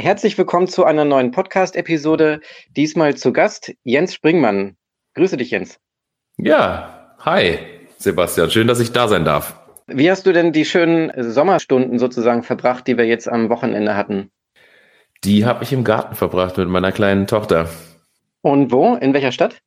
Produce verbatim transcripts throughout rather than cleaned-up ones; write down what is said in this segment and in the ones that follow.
herzlich willkommen zu einer neuen Podcast-Episode. Diesmal zu Gast Jens Springmann. Grüße dich, Jens. Ja, hi Sebastian, schön, dass ich da sein darf. Wie hast du denn die schönen Sommerstunden sozusagen verbracht, die wir jetzt am Wochenende hatten? Die habe ich im Garten verbracht mit meiner kleinen Tochter. Und wo? In welcher Stadt?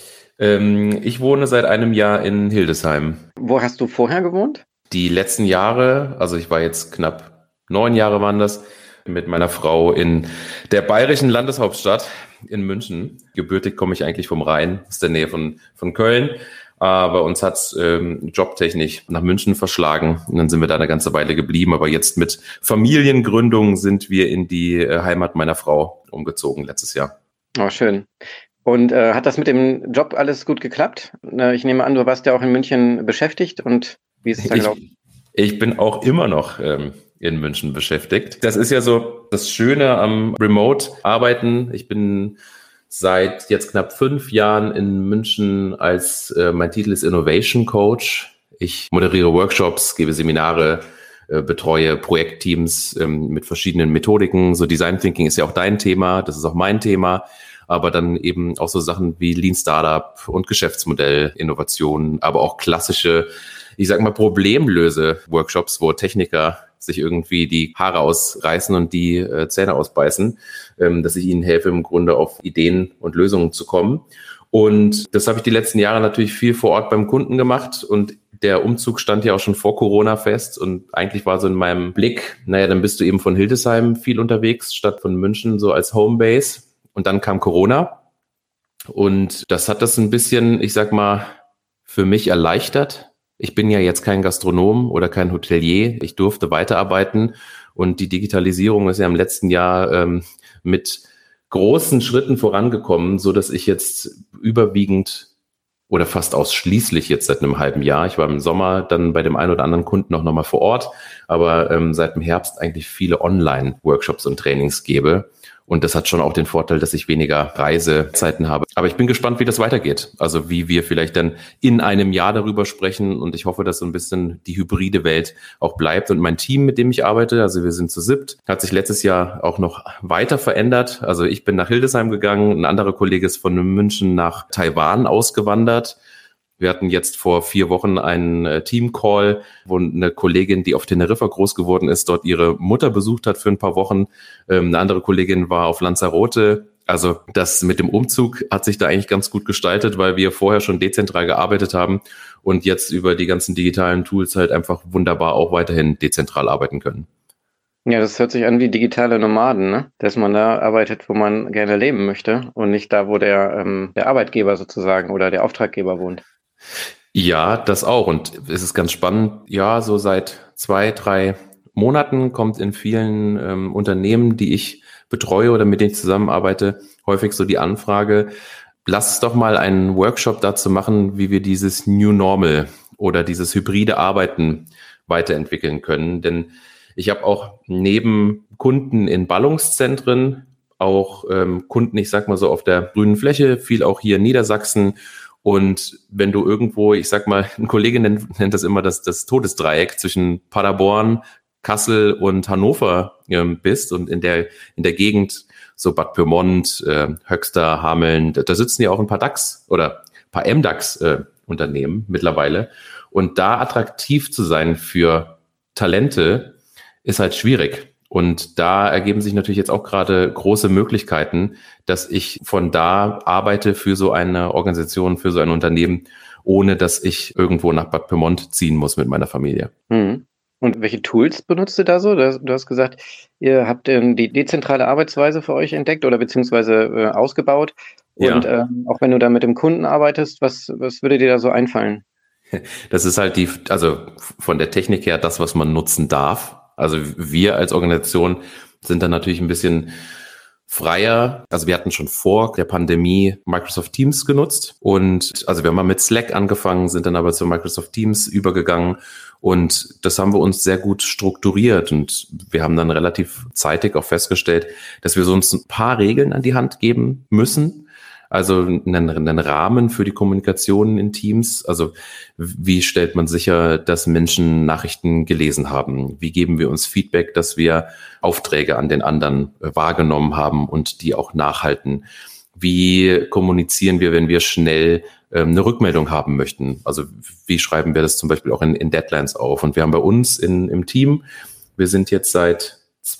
Ähm, ich wohne seit einem Jahr in Hildesheim. Wo hast du vorher gewohnt? Die letzten Jahre, also ich war jetzt knapp neun Jahre waren das, mit meiner Frau in der bayerischen Landeshauptstadt in München. Gebürtig komme ich eigentlich vom Rhein, aus der Nähe von, von Köln. Aber uns hat ähm, jobtechnisch nach München verschlagen und dann sind wir da eine ganze Weile geblieben. Aber jetzt mit Familiengründung sind wir in die äh, Heimat meiner Frau umgezogen letztes Jahr. Oh, schön. Und äh, hat das mit dem Job alles gut geklappt? Äh, ich nehme an, du warst ja auch in München beschäftigt und wie ist es da gelaufen? Ich, ich bin auch immer noch ähm, in München beschäftigt. Das ist ja so das Schöne am Remote-Arbeiten. Ich bin seit jetzt knapp fünf Jahren in München als, äh, mein Titel ist Innovation Coach. Ich moderiere Workshops, gebe Seminare, äh, betreue Projektteams ähm, mit verschiedenen Methodiken. So Design Thinking ist ja auch dein Thema, das ist auch mein Thema. Aber dann eben auch so Sachen wie Lean Startup und Geschäftsmodell, Innovation, aber auch klassische, ich sag mal, Problemlöse-Workshops, wo Techniker sich irgendwie die Haare ausreißen und die äh, Zähne ausbeißen, ähm, dass ich ihnen helfe, im Grunde auf Ideen und Lösungen zu kommen. Und das habe ich die letzten Jahre natürlich viel vor Ort beim Kunden gemacht und der Umzug stand ja auch schon vor Corona fest und eigentlich war so in meinem Blick, naja, dann bist du eben von Hildesheim viel unterwegs, statt von München so als Homebase. Und dann kam Corona und das hat das ein bisschen, ich sag mal, für mich erleichtert. Ich bin ja jetzt kein Gastronom oder kein Hotelier. Ich durfte weiterarbeiten und die Digitalisierung ist ja im letzten Jahr ähm, mit großen Schritten vorangekommen, so dass ich jetzt überwiegend oder fast ausschließlich jetzt seit einem halben Jahr, ich war im Sommer dann bei dem einen oder anderen Kunden auch nochmal vor Ort, aber ähm, seit dem Herbst eigentlich viele Online-Workshops und Trainings gebe. Und das hat schon auch den Vorteil, dass ich weniger Reisezeiten habe. Aber ich bin gespannt, wie das weitergeht. Also wie wir vielleicht dann in einem Jahr darüber sprechen. Und ich hoffe, dass so ein bisschen die hybride Welt auch bleibt. Und mein Team, mit dem ich arbeite, also wir sind zu siebt, hat sich letztes Jahr auch noch weiter verändert. Also ich bin nach Hildesheim gegangen. Ein anderer Kollege ist von München nach Taiwan ausgewandert. Wir hatten jetzt vor vier Wochen einen äh, Team-Call, wo eine Kollegin, die auf Teneriffa groß geworden ist, dort ihre Mutter besucht hat für ein paar Wochen. Ähm, eine andere Kollegin war auf Lanzarote. Also das mit dem Umzug hat sich da eigentlich ganz gut gestaltet, weil wir vorher schon dezentral gearbeitet haben und jetzt über die ganzen digitalen Tools halt einfach wunderbar auch weiterhin dezentral arbeiten können. Ja, das hört sich an wie digitale Nomaden, ne? Dass man da arbeitet, wo man gerne leben möchte und nicht da, wo der, ähm, der Arbeitgeber sozusagen oder der Auftraggeber wohnt. Ja, das auch. Und es ist ganz spannend. Ja, so seit zwei, drei Monaten kommt in vielen ähm, Unternehmen, die ich betreue oder mit denen ich zusammenarbeite, häufig so die Anfrage, lass es doch mal einen Workshop dazu machen, wie wir dieses New Normal oder dieses hybride Arbeiten weiterentwickeln können. Denn ich habe auch neben Kunden in Ballungszentren auch ähm, Kunden, ich sag mal so auf der grünen Fläche, viel auch hier in Niedersachsen. Und wenn du irgendwo, ich sag mal, ein Kollege nennt, nennt das immer das, das Todesdreieck zwischen Paderborn, Kassel und Hannover ähm, bist und in der in der Gegend so Bad Pyrmont, äh, Höxter, Hameln, da, da sitzen ja auch ein paar DAX oder ein paar M DAX äh, Unternehmen mittlerweile. Und da attraktiv zu sein für Talente ist halt schwierig. Und da ergeben sich natürlich jetzt auch gerade große Möglichkeiten, dass ich von da arbeite für so eine Organisation, für so ein Unternehmen, ohne dass ich irgendwo nach Bad Pyrmont ziehen muss mit meiner Familie. Mhm. Und welche Tools benutzt du da so? Du hast, du hast gesagt, ihr habt ähm, die dezentrale Arbeitsweise für euch entdeckt oder beziehungsweise äh, ausgebaut. Und Ja. ähm, auch wenn du da mit dem Kunden arbeitest, was, was würde dir da so einfallen? Das ist halt die, also von der Technik her das, was man nutzen darf. Also wir als Organisation sind dann natürlich ein bisschen freier. Also wir hatten schon vor der Pandemie Microsoft Teams genutzt und also wir haben mal mit Slack angefangen, sind dann aber zu Microsoft Teams übergegangen und das haben wir uns sehr gut strukturiert und wir haben dann relativ zeitig auch festgestellt, dass wir so uns ein paar Regeln an die Hand geben müssen. Also einen, einen Rahmen für die Kommunikation in Teams. Also wie stellt man sicher, dass Menschen Nachrichten gelesen haben? Wie geben wir uns Feedback, dass wir Aufträge an den anderen wahrgenommen haben und die auch nachhalten? Wie kommunizieren wir, wenn wir schnell ähm, eine Rückmeldung haben möchten? Also wie schreiben wir das zum Beispiel auch in, in Deadlines auf? Und wir haben bei uns in, im Team, wir sind jetzt seit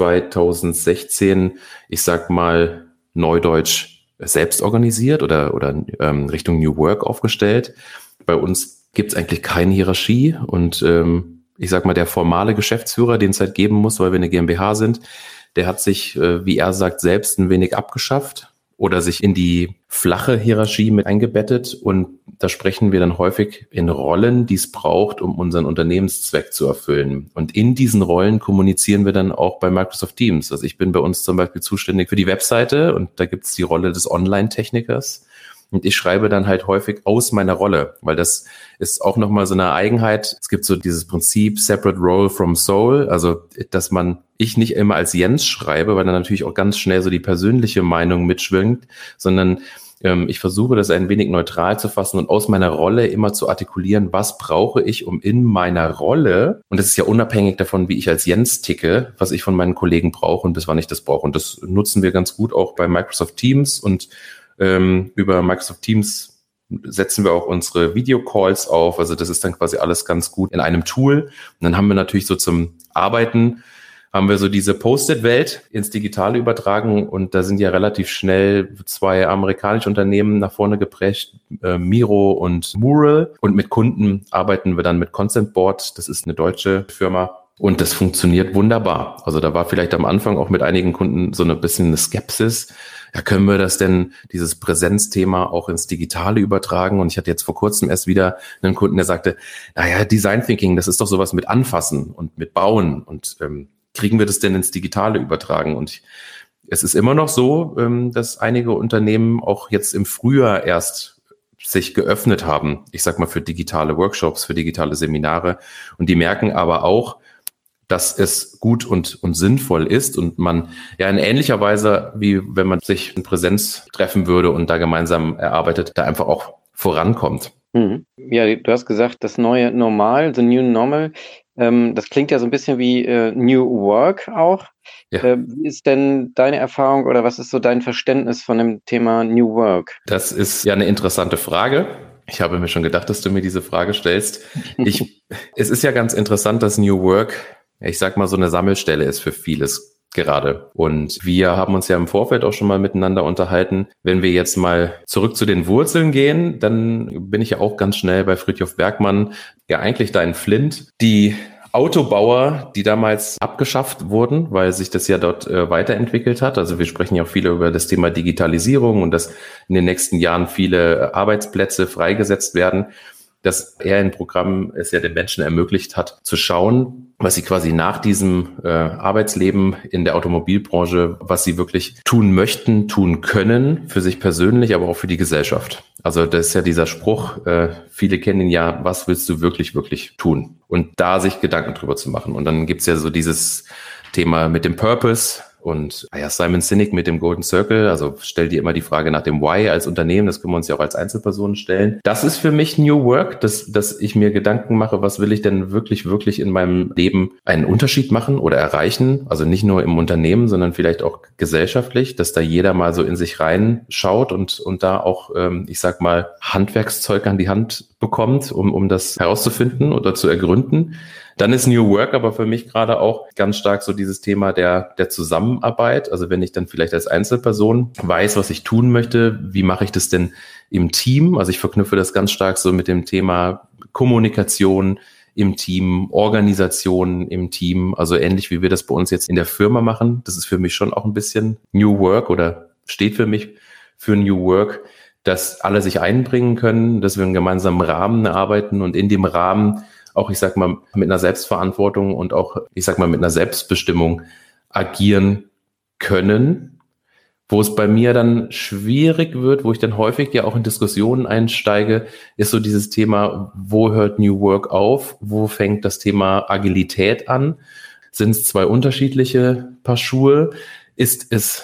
zweitausendsechzehn, ich sag mal neudeutsch, selbst organisiert oder, oder ähm, Richtung New Work aufgestellt. Bei uns gibt es eigentlich keine Hierarchie und ähm, ich sag mal, der formale Geschäftsführer, den es halt geben muss, weil wir eine GmbH sind, der hat sich, äh, wie er sagt, selbst ein wenig abgeschafft oder sich in die flache Hierarchie mit eingebettet. Und da sprechen wir dann häufig in Rollen, die es braucht, um unseren Unternehmenszweck zu erfüllen. Und in diesen Rollen kommunizieren wir dann auch bei Microsoft Teams. Also ich bin bei uns zum Beispiel zuständig für die Webseite und da gibt es die Rolle des Online-Technikers. Und ich schreibe dann halt häufig aus meiner Rolle, weil das ist auch nochmal so eine Eigenheit. Es gibt so dieses Prinzip Separate Role from Soul, also dass man, ich nicht immer als Jens schreibe, weil dann natürlich auch ganz schnell so die persönliche Meinung mitschwingt, sondern ähm, ich versuche das ein wenig neutral zu fassen und aus meiner Rolle immer zu artikulieren, was brauche ich, um in meiner Rolle, und das ist ja unabhängig davon, wie ich als Jens ticke, was ich von meinen Kollegen brauche und bis wann ich das brauche. Und das nutzen wir ganz gut auch bei Microsoft Teams und Ähm, über Microsoft Teams setzen wir auch unsere Videocalls auf. Also das ist dann quasi alles ganz gut in einem Tool. Und dann haben wir natürlich so zum Arbeiten, haben wir so diese Post-it-Welt ins Digitale übertragen. Und da sind ja relativ schnell zwei amerikanische Unternehmen nach vorne geprescht, äh, Miro und Mural. Und mit Kunden arbeiten wir dann mit Consent Board. Das ist eine deutsche Firma. Und das funktioniert wunderbar. Also da war vielleicht am Anfang auch mit einigen Kunden so ein bisschen eine Skepsis. Ja, können wir das denn, dieses Präsenzthema auch ins Digitale übertragen? Und ich hatte jetzt vor kurzem erst wieder einen Kunden, der sagte, naja, Design Thinking, das ist doch sowas mit Anfassen und mit Bauen. Und ähm, kriegen wir das denn ins Digitale übertragen? Und ich, es ist immer noch so, ähm, dass einige Unternehmen auch jetzt im Frühjahr erst sich geöffnet haben, ich sag mal für digitale Workshops, für digitale Seminare. Und die merken aber auch, dass es gut und, und sinnvoll ist und man ja in ähnlicher Weise, wie wenn man sich in Präsenz treffen würde und da gemeinsam erarbeitet, da einfach auch vorankommt. Mhm. Ja, du hast gesagt, das neue Normal, the new normal, ähm, das klingt ja so ein bisschen wie äh, New Work auch. Ja. Äh, wie ist denn deine Erfahrung oder was ist so dein Verständnis von dem Thema New Work? Das ist ja eine interessante Frage. Ich habe mir schon gedacht, dass du mir diese Frage stellst. Ich, es ist ja ganz interessant, dass New Work, ich sag mal, so eine Sammelstelle ist für vieles gerade. Und wir haben uns ja im Vorfeld auch schon mal miteinander unterhalten. Wenn wir jetzt mal zurück zu den Wurzeln gehen, dann bin ich ja auch ganz schnell bei Frithjof Bergmann, ja eigentlich da in Flint. Die Autobauer, die damals abgeschafft wurden, weil sich das ja dort äh, weiterentwickelt hat. Also wir sprechen ja auch viele über das Thema Digitalisierung und dass in den nächsten Jahren viele Arbeitsplätze freigesetzt werden, dass er ein Programm es ja den Menschen ermöglicht hat, zu schauen, was sie quasi nach diesem äh, Arbeitsleben in der Automobilbranche, was sie wirklich tun möchten, tun können, für sich persönlich, aber auch für die Gesellschaft. Also das ist ja dieser Spruch, äh, viele kennen ihn ja, was willst du wirklich, wirklich tun? Und da sich Gedanken drüber zu machen. Und dann gibt's ja so dieses Thema mit dem Purpose. Und ja, Simon Sinek mit dem Golden Circle, also stell dir immer die Frage nach dem Why als Unternehmen, das können wir uns ja auch als Einzelpersonen stellen. Das ist für mich New Work, dass, dass ich mir Gedanken mache, was will ich denn wirklich, wirklich in meinem Leben einen Unterschied machen oder erreichen? Also nicht nur im Unternehmen, sondern vielleicht auch gesellschaftlich, dass da jeder mal so in sich reinschaut und, und da auch, ähm, ich sag mal, Handwerkszeug an die Hand bekommt, um, um das herauszufinden oder zu ergründen. Dann ist New Work aber für mich gerade auch ganz stark so dieses Thema der, der Zusammenarbeit. Also wenn ich dann vielleicht als Einzelperson weiß, was ich tun möchte, wie mache ich das denn im Team? Also ich verknüpfe das ganz stark so mit dem Thema Kommunikation im Team, Organisation im Team. Also ähnlich wie wir das bei uns jetzt in der Firma machen. Das ist für mich schon auch ein bisschen New Work oder steht für mich für New Work, dass alle sich einbringen können, dass wir einen gemeinsamen Rahmen arbeiten und in dem Rahmen auch, ich sag mal, mit einer Selbstverantwortung und auch, ich sag mal, mit einer Selbstbestimmung agieren können, wo es bei mir dann schwierig wird, wo ich dann häufig ja auch in Diskussionen einsteige, ist so dieses Thema, wo hört New Work auf, wo fängt das Thema Agilität an? Sind es zwei unterschiedliche Paar Schuhe? Ist es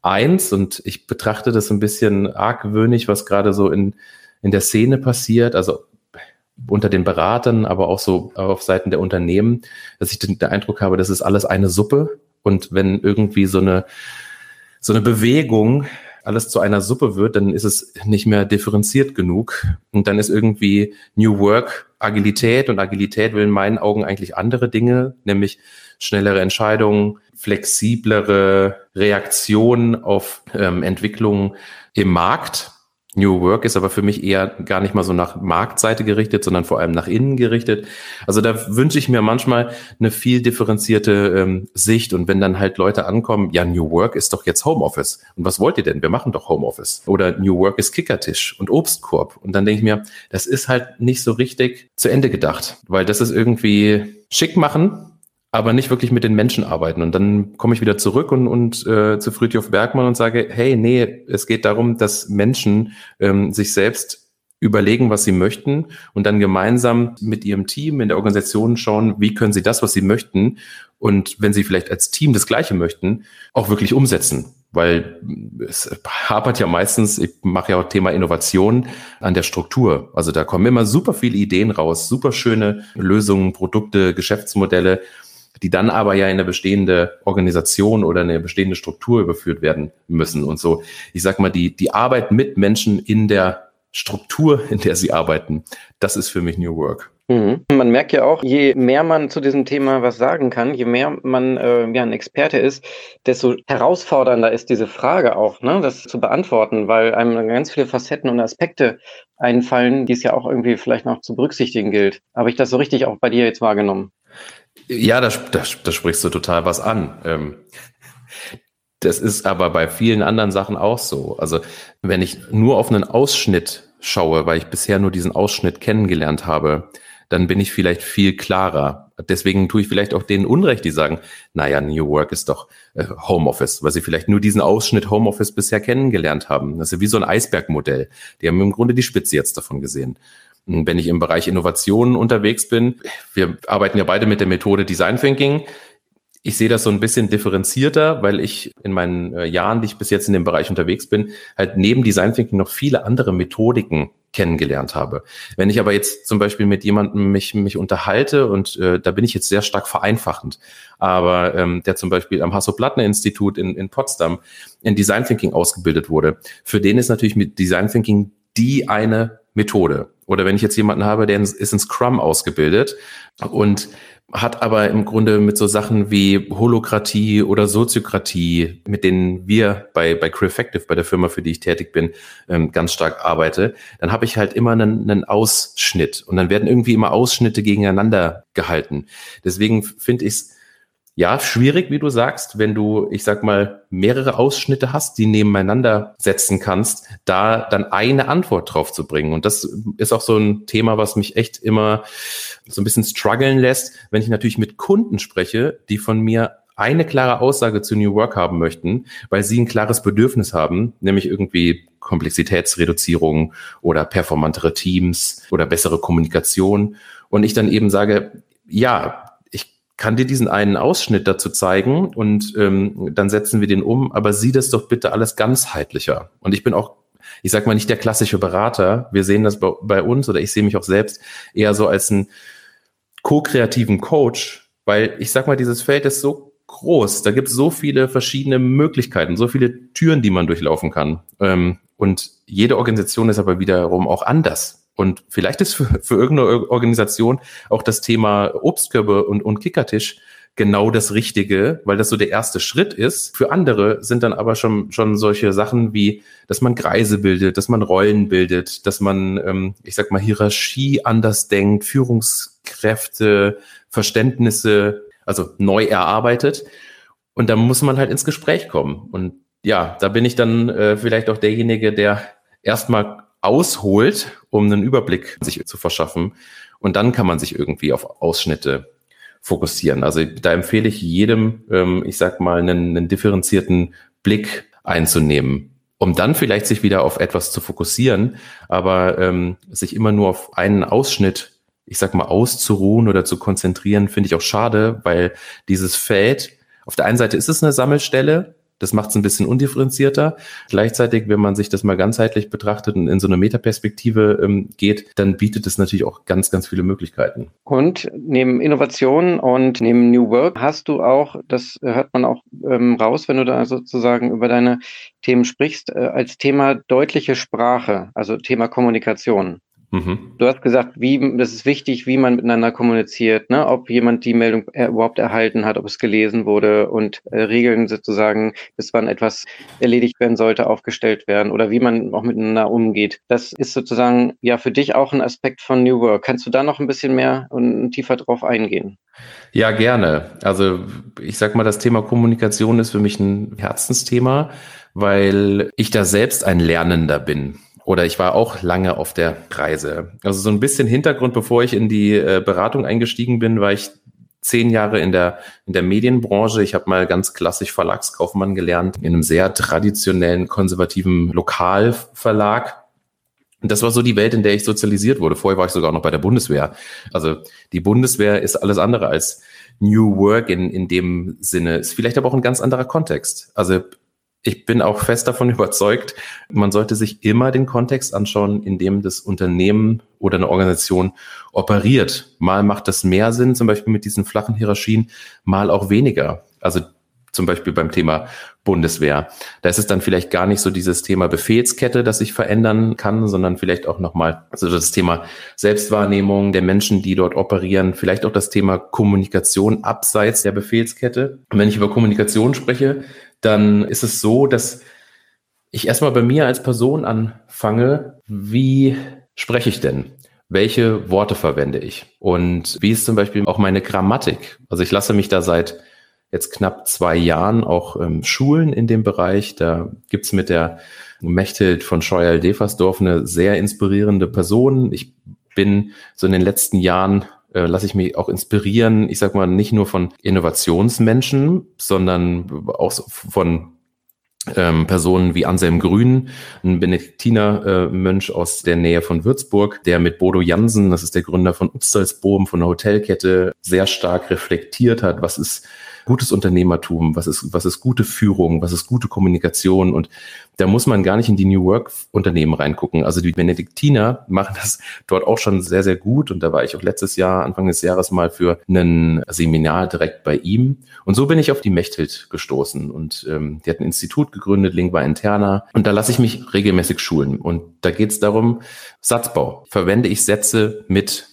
eins und ich betrachte das ein bisschen argwöhnig, was gerade so in, in der Szene passiert, also unter den Beratern, aber auch so auf Seiten der Unternehmen, dass ich den, den Eindruck habe, das ist alles eine Suppe und wenn irgendwie so eine, so eine Bewegung alles zu einer Suppe wird, dann ist es nicht mehr differenziert genug und dann ist irgendwie New Work Agilität und Agilität will in meinen Augen eigentlich andere Dinge, nämlich schnellere Entscheidungen, flexiblere Reaktionen auf ähm, Entwicklungen im Markt. New Work ist aber für mich eher gar nicht mal so nach Marktseite gerichtet, sondern vor allem nach innen gerichtet. Also da wünsche ich mir manchmal eine viel differenzierte ähm, Sicht. Und wenn dann halt Leute ankommen, ja, New Work ist doch jetzt Homeoffice. Und was wollt ihr denn? Wir machen doch Homeoffice. Oder New Work ist Kickertisch und Obstkorb. Und dann denke ich mir, das ist halt nicht so richtig zu Ende gedacht, weil das ist irgendwie schick machen, aber nicht wirklich mit den Menschen arbeiten. Und dann komme ich wieder zurück und, und äh, zu Frithjof Bergmann und sage, hey, nee, es geht darum, dass Menschen ähm, sich selbst überlegen, was sie möchten und dann gemeinsam mit ihrem Team in der Organisation schauen, wie können sie das, was sie möchten und wenn sie vielleicht als Team das Gleiche möchten, auch wirklich umsetzen. Weil es hapert ja meistens, ich mache ja auch Thema Innovation, an der Struktur. Also da kommen immer super viele Ideen raus, super schöne Lösungen, Produkte, Geschäftsmodelle, die dann aber ja in eine bestehende Organisation oder eine bestehende Struktur überführt werden müssen. Und so, ich sag mal, die, die Arbeit mit Menschen in der Struktur, in der sie arbeiten, das ist für mich New Work. Mhm. Man merkt ja auch, je mehr man zu diesem Thema was sagen kann, je mehr man äh, ja ein Experte ist, desto herausfordernder ist diese Frage auch, ne, das zu beantworten, weil einem ganz viele Facetten und Aspekte einfallen, die es ja auch irgendwie vielleicht noch zu berücksichtigen gilt. Habe ich das so richtig auch bei dir jetzt wahrgenommen? Ja, da, da, da sprichst du total was an. Ähm, das ist aber bei vielen anderen Sachen auch so. Also wenn ich nur auf einen Ausschnitt schaue, weil ich bisher nur diesen Ausschnitt kennengelernt habe, dann bin ich vielleicht viel klarer. Deswegen tue ich vielleicht auch denen Unrecht, die sagen, naja, New Work ist doch äh, Homeoffice, weil sie vielleicht nur diesen Ausschnitt Homeoffice bisher kennengelernt haben. Das ist ja wie so ein Eisbergmodell. Die haben im Grunde die Spitze jetzt davon gesehen. Wenn ich im Bereich Innovationen unterwegs bin, wir arbeiten ja beide mit der Methode Design Thinking. Ich sehe das so ein bisschen differenzierter, weil ich in meinen äh, Jahren, die ich bis jetzt in dem Bereich unterwegs bin, halt neben Design Thinking noch viele andere Methodiken kennengelernt habe. Wenn ich aber jetzt zum Beispiel mit jemandem mich, mich unterhalte und äh, da bin ich jetzt sehr stark vereinfachend, aber ähm, der zum Beispiel am Hasso-Plattner-Institut in, in Potsdam in Design Thinking ausgebildet wurde, für den ist natürlich mit Design Thinking die eine Methode. Oder wenn ich jetzt jemanden habe, der ist in Scrum ausgebildet und hat aber im Grunde mit so Sachen wie Holokratie oder Soziokratie, mit denen wir bei bei Creweffective, bei der Firma, für die ich tätig bin, ganz stark arbeite, dann habe ich halt immer einen, einen Ausschnitt und dann werden irgendwie immer Ausschnitte gegeneinander gehalten. Deswegen finde ich es ja schwierig, wie du sagst, wenn du, ich sag mal, mehrere Ausschnitte hast, die nebeneinander setzen kannst, da dann eine Antwort drauf zu bringen. Und das ist auch so ein Thema, was mich echt immer so ein bisschen strugglen lässt, wenn ich natürlich mit Kunden spreche, die von mir eine klare Aussage zu New Work haben möchten, weil sie ein klares Bedürfnis haben, nämlich irgendwie Komplexitätsreduzierung oder performantere Teams oder bessere Kommunikation. Und ich dann eben sage, ja, kann dir diesen einen Ausschnitt dazu zeigen und ähm, dann setzen wir den um, aber sieh das doch bitte alles ganzheitlicher. Und ich bin auch, ich sag mal, nicht der klassische Berater. Wir sehen das bei, bei uns oder ich sehe mich auch selbst eher so als einen ko-kreativen Coach, weil ich sag mal, dieses Feld ist so groß, da gibt es so viele verschiedene Möglichkeiten, so viele Türen, die man durchlaufen kann. Ähm, und jede Organisation ist aber wiederum auch anders. Und vielleicht ist für, für irgendeine Organisation auch das Thema Obstkörbe und, und Kickertisch genau das Richtige, weil das so der erste Schritt ist. Für andere sind dann aber schon schon solche Sachen wie, dass man Kreise bildet, dass man Rollen bildet, dass man, ähm, ich sag mal, Hierarchie anders denkt, Führungskräfte, Verständnisse, also neu erarbeitet. Und da muss man halt ins Gespräch kommen. Und ja, da bin ich dann äh, vielleicht auch derjenige, der erstmal ausholt, um einen Überblick sich zu verschaffen. Und dann kann man sich irgendwie auf Ausschnitte fokussieren. Also da empfehle ich jedem, ähm, ich sag mal, einen, einen differenzierten Blick einzunehmen, um dann vielleicht sich wieder auf etwas zu fokussieren, aber ähm, sich immer nur auf einen Ausschnitt, ich sag mal, auszuruhen oder zu konzentrieren, finde ich auch schade, weil dieses Feld, auf der einen Seite ist es eine Sammelstelle, Das macht es ein bisschen undifferenzierter. Gleichzeitig, wenn man sich das mal ganzheitlich betrachtet und in so eine Metaperspektive ähm, geht, dann bietet es natürlich auch ganz, ganz viele Möglichkeiten. Und neben Innovation und neben New Work hast du auch, das hört man auch ähm, raus, wenn du da sozusagen über deine Themen sprichst, äh, als Thema deutliche Sprache, also Thema Kommunikation. Mhm. Du hast gesagt, wie, das ist wichtig, wie man miteinander kommuniziert, ne? Ob jemand die Meldung äh, überhaupt erhalten hat, ob es gelesen wurde und äh, Regeln sozusagen, bis wann etwas erledigt werden sollte, aufgestellt werden oder wie man auch miteinander umgeht. Das ist sozusagen ja für dich auch ein Aspekt von New Work. Kannst du da noch ein bisschen mehr und tiefer drauf eingehen? Ja, gerne. Also ich sag mal, das Thema Kommunikation ist für mich ein Herzensthema, weil ich da selbst ein Lernender bin. Oder ich war auch lange auf der Reise. Also so ein bisschen Hintergrund, bevor ich in die äh, Beratung eingestiegen bin, war ich zehn Jahre in der in der Medienbranche. Ich habe mal ganz klassisch Verlagskaufmann gelernt, in einem sehr traditionellen, konservativen Lokalverlag. Und das war so die Welt, in der ich sozialisiert wurde. Vorher war ich sogar noch bei der Bundeswehr. Also die Bundeswehr ist alles andere als New Work in in dem Sinne. Ist vielleicht aber auch ein ganz anderer Kontext. Also ich bin auch fest davon überzeugt, man sollte sich immer den Kontext anschauen, in dem das Unternehmen oder eine Organisation operiert. Mal macht das mehr Sinn, zum Beispiel mit diesen flachen Hierarchien, mal auch weniger. Also zum Beispiel beim Thema Bundeswehr. Da ist es dann vielleicht gar nicht so dieses Thema Befehlskette, das sich verändern kann, sondern vielleicht auch nochmal also das Thema Selbstwahrnehmung der Menschen, die dort operieren, vielleicht auch das Thema Kommunikation abseits der Befehlskette. Und wenn ich über Kommunikation spreche, dann ist es so, dass ich erstmal bei mir als Person anfange, wie spreche ich denn? Welche Worte verwende ich? Und wie ist zum Beispiel auch meine Grammatik? Also ich lasse mich da seit jetzt knapp zwei Jahren auch ähm, schulen in dem Bereich. Da gibt's mit der Mechthild von Scheuerl-Deversdorf eine sehr inspirierende Person. Ich bin so in den letzten Jahren äh, lasse ich mich auch inspirieren, ich sag mal, nicht nur von Innovationsmenschen, sondern auch von ähm, Personen wie Anselm Grün, ein Benediktiner-Mönch äh, aus der Nähe von Würzburg, der mit Bodo Jansen, das ist der Gründer von Upstalsboom, von der Hotelkette, sehr stark reflektiert hat, was ist gutes Unternehmertum, was ist, was ist gute Führung, was ist gute Kommunikation, und da muss man gar nicht in die New Work Unternehmen reingucken. Also die Benediktiner machen das dort auch schon sehr, sehr gut, und da war ich auch letztes Jahr, Anfang des Jahres mal für ein Seminar direkt bei ihm, und so bin ich auf die Mechthild gestoßen, und ähm, die hat ein Institut gegründet, Lingua Interna, und da lasse ich mich regelmäßig schulen, und da geht es darum, Satzbau. Verwende ich Sätze mit,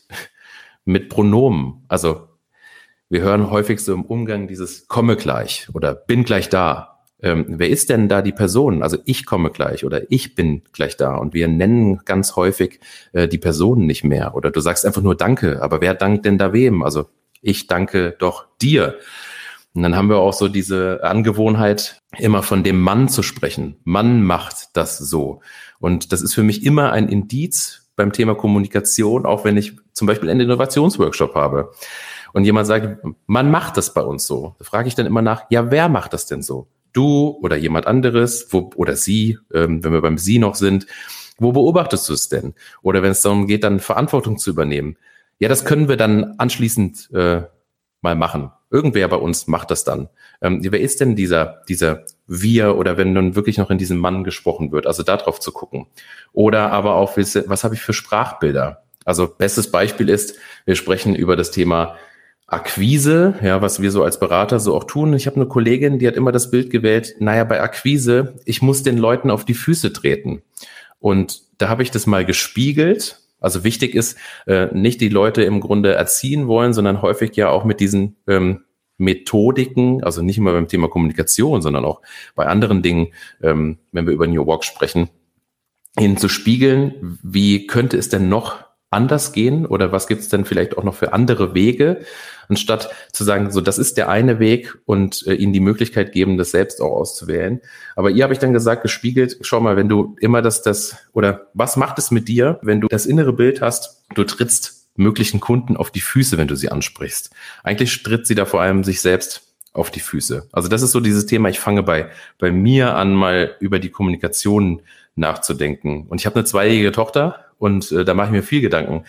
mit Pronomen, also wir hören häufig so im Umgang dieses komme gleich oder bin gleich da. Ähm, wer ist denn da die Person? Also ich komme gleich oder ich bin gleich da. Und wir nennen ganz häufig äh, die Personen nicht mehr. Oder du sagst einfach nur Danke. Aber wer dankt denn da wem? Also ich danke doch dir. Und dann haben wir auch so diese Angewohnheit, immer von dem Mann zu sprechen. Mann macht das so. Und das ist für mich immer ein Indiz beim Thema Kommunikation, auch wenn ich zum Beispiel einen Innovationsworkshop habe. Und jemand sagt, man macht das bei uns so. Da frage ich dann immer nach, ja, wer macht das denn so? Du oder jemand anderes, wo, oder sie, ähm, wenn wir beim Sie noch sind, wo beobachtest du es denn? Oder wenn es darum geht, dann Verantwortung zu übernehmen. Ja, das können wir dann anschließend äh, mal machen. Irgendwer bei uns macht das dann. Ähm, wer ist denn dieser, dieser Wir, oder wenn nun wirklich noch in diesem Mann gesprochen wird, also da drauf zu gucken. Oder aber auch, was habe ich für Sprachbilder? Also bestes Beispiel ist, wir sprechen über das Thema Akquise, ja, was wir so als Berater so auch tun. Ich habe eine Kollegin, die hat immer das Bild gewählt, naja, bei Akquise, ich muss den Leuten auf die Füße treten. Und da habe ich das mal gespiegelt. Also wichtig ist, äh, nicht die Leute im Grunde erziehen wollen, sondern häufig ja auch mit diesen ähm, Methodiken, also nicht immer beim Thema Kommunikation, sondern auch bei anderen Dingen, ähm, wenn wir über New Work sprechen, ihnen zu spiegeln, wie könnte es denn noch anders gehen oder was gibt es denn vielleicht auch noch für andere Wege, anstatt zu sagen, so das ist der eine Weg und äh, ihnen die Möglichkeit geben, das selbst auch auszuwählen. Aber ihr habe ich dann gesagt, gespiegelt, schau mal, wenn du immer das, das oder was macht es mit dir, wenn du das innere Bild hast, du trittst möglichen Kunden auf die Füße, wenn du sie ansprichst. Eigentlich tritt sie da vor allem sich selbst auf die Füße. Also das ist so dieses Thema, ich fange bei, bei mir an, mal über die Kommunikation nachzudenken. Und ich habe eine zweijährige Tochter und äh, da mache ich mir viel Gedanken.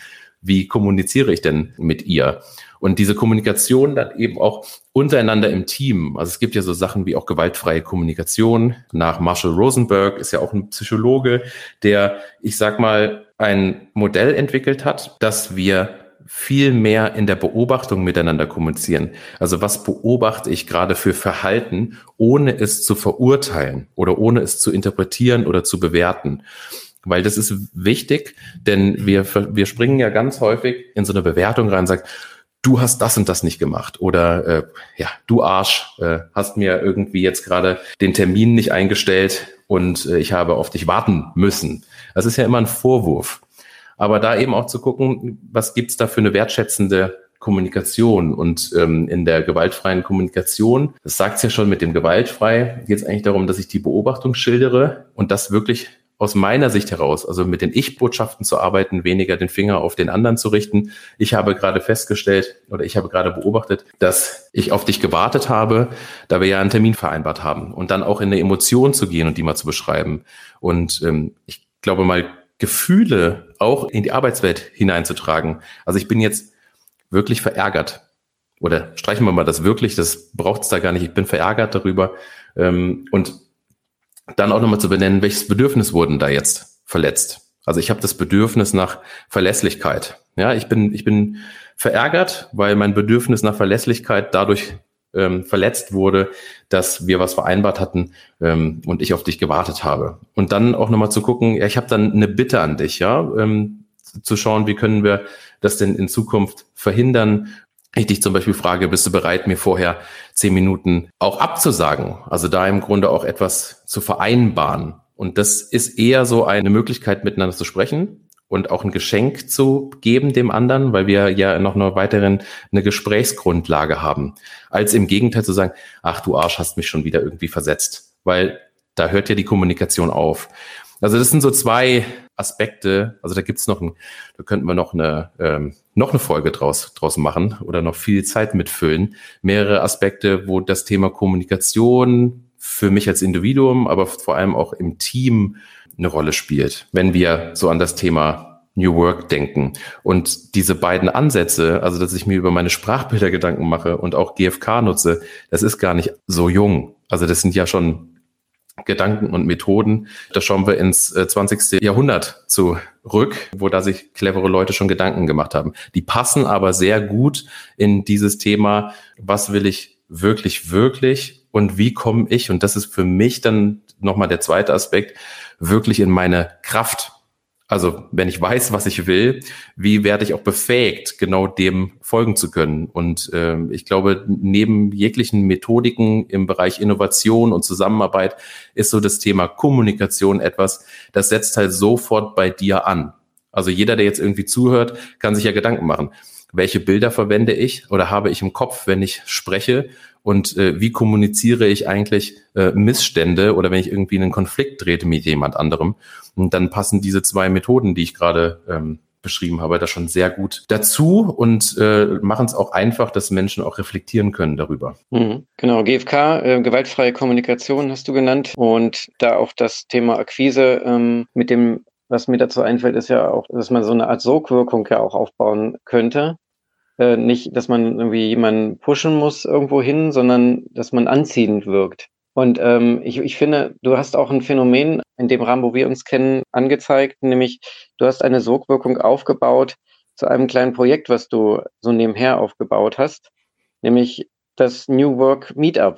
wie kommuniziere ich denn mit ihr? Und diese Kommunikation dann eben auch untereinander im Team. Also es gibt ja so Sachen wie auch gewaltfreie Kommunikation. Nach Marshall Rosenberg ist ja auch ein Psychologe, der, ich sag mal, ein Modell entwickelt hat, dass wir viel mehr in der Beobachtung miteinander kommunizieren. Also was beobachte ich gerade für Verhalten, ohne es zu verurteilen oder ohne es zu interpretieren oder zu bewerten. Weil das ist wichtig, denn wir, wir springen ja ganz häufig in so eine Bewertung rein und sagen, du hast das und das nicht gemacht oder äh, ja, du Arsch, äh, hast mir irgendwie jetzt gerade den Termin nicht eingestellt und äh, ich habe auf dich warten müssen. Das ist ja immer ein Vorwurf. Aber da eben auch zu gucken, was gibt's da für eine wertschätzende Kommunikation? Und ähm, in der gewaltfreien Kommunikation, das sagt's ja schon mit dem gewaltfrei, geht es eigentlich darum, dass ich die Beobachtung schildere und das wirklich aus meiner Sicht heraus, also mit den Ich-Botschaften zu arbeiten, weniger den Finger auf den anderen zu richten. Ich habe gerade festgestellt oder ich habe gerade beobachtet, dass ich auf dich gewartet habe, da wir ja einen Termin vereinbart haben und dann auch in eine Emotion zu gehen und die mal zu beschreiben. Und ähm, ich glaube mal, Gefühle auch in die Arbeitswelt hineinzutragen. Also ich bin jetzt wirklich verärgert. Oder streichen wir mal das wirklich, das braucht es da gar nicht. Ich bin verärgert darüber. Ähm, und dann auch nochmal zu benennen, welches Bedürfnis wurden da jetzt verletzt. Also ich habe das Bedürfnis nach Verlässlichkeit. Ja, ich bin, ich bin verärgert, weil mein Bedürfnis nach Verlässlichkeit dadurch ähm, verletzt wurde, dass wir was vereinbart hatten ähm, und ich auf dich gewartet habe. Und dann auch nochmal zu gucken, ja, ich habe dann eine Bitte an dich, ja, ähm, zu schauen, wie können wir das denn in Zukunft verhindern. Ich dich zum Beispiel frage, bist du bereit, mir vorher zehn Minuten auch abzusagen? Also da im Grunde auch etwas zu vereinbaren. Und das ist eher so eine Möglichkeit, miteinander zu sprechen und auch ein Geschenk zu geben dem anderen, weil wir ja noch eine weiteren eine Gesprächsgrundlage haben, als im Gegenteil zu sagen, ach du Arsch, hast mich schon wieder irgendwie versetzt, weil da hört ja die Kommunikation auf. Also das sind so zwei Aspekte, also da gibt's noch ein, da könnten wir noch eine ähm, noch eine Folge draus draus machen oder noch viel Zeit mitfüllen, mehrere Aspekte, wo das Thema Kommunikation für mich als Individuum, aber vor allem auch im Team eine Rolle spielt, wenn wir so an das Thema New Work denken. Und diese beiden Ansätze, also dass ich mir über meine Sprachbilder Gedanken mache und auch G F K nutze, das ist gar nicht so jung. Also das sind ja schon Gedanken und Methoden. Da schauen wir ins zwanzigste Jahrhundert zurück, wo da sich clevere Leute schon Gedanken gemacht haben. Die passen aber sehr gut in dieses Thema, was will ich wirklich, wirklich und wie komme ich, und das ist für mich dann nochmal der zweite Aspekt, wirklich in meine Kraft. Also wenn ich weiß, was ich will, wie werde ich auch befähigt, genau dem folgen zu können? Und äh, ich glaube, neben jeglichen Methodiken im Bereich Innovation und Zusammenarbeit ist so das Thema Kommunikation etwas, das setzt halt sofort bei dir an. Also jeder, der jetzt irgendwie zuhört, kann sich ja Gedanken machen. Welche Bilder verwende ich oder habe ich im Kopf, wenn ich spreche? Und äh, wie kommuniziere ich eigentlich äh, Missstände oder wenn ich irgendwie einen Konflikt trete mit jemand anderem? Und dann passen diese zwei Methoden, die ich gerade ähm, beschrieben habe, da schon sehr gut dazu und äh, machen es auch einfach, dass Menschen auch reflektieren können darüber. Mhm, genau, G F K, äh, gewaltfreie Kommunikation hast du genannt und da auch das Thema Akquise ähm, mit dem, was mir dazu einfällt, ist ja auch, dass man so eine Art Sogwirkung ja auch aufbauen könnte. Äh, nicht, dass man irgendwie jemanden pushen muss irgendwo hin, sondern dass man anziehend wirkt. Und ähm, ich, ich finde, du hast auch ein Phänomen in dem Rahmen, wo wir uns kennen, angezeigt, nämlich du hast eine Sogwirkung aufgebaut zu einem kleinen Projekt, was du so nebenher aufgebaut hast, nämlich das New Work Meetup.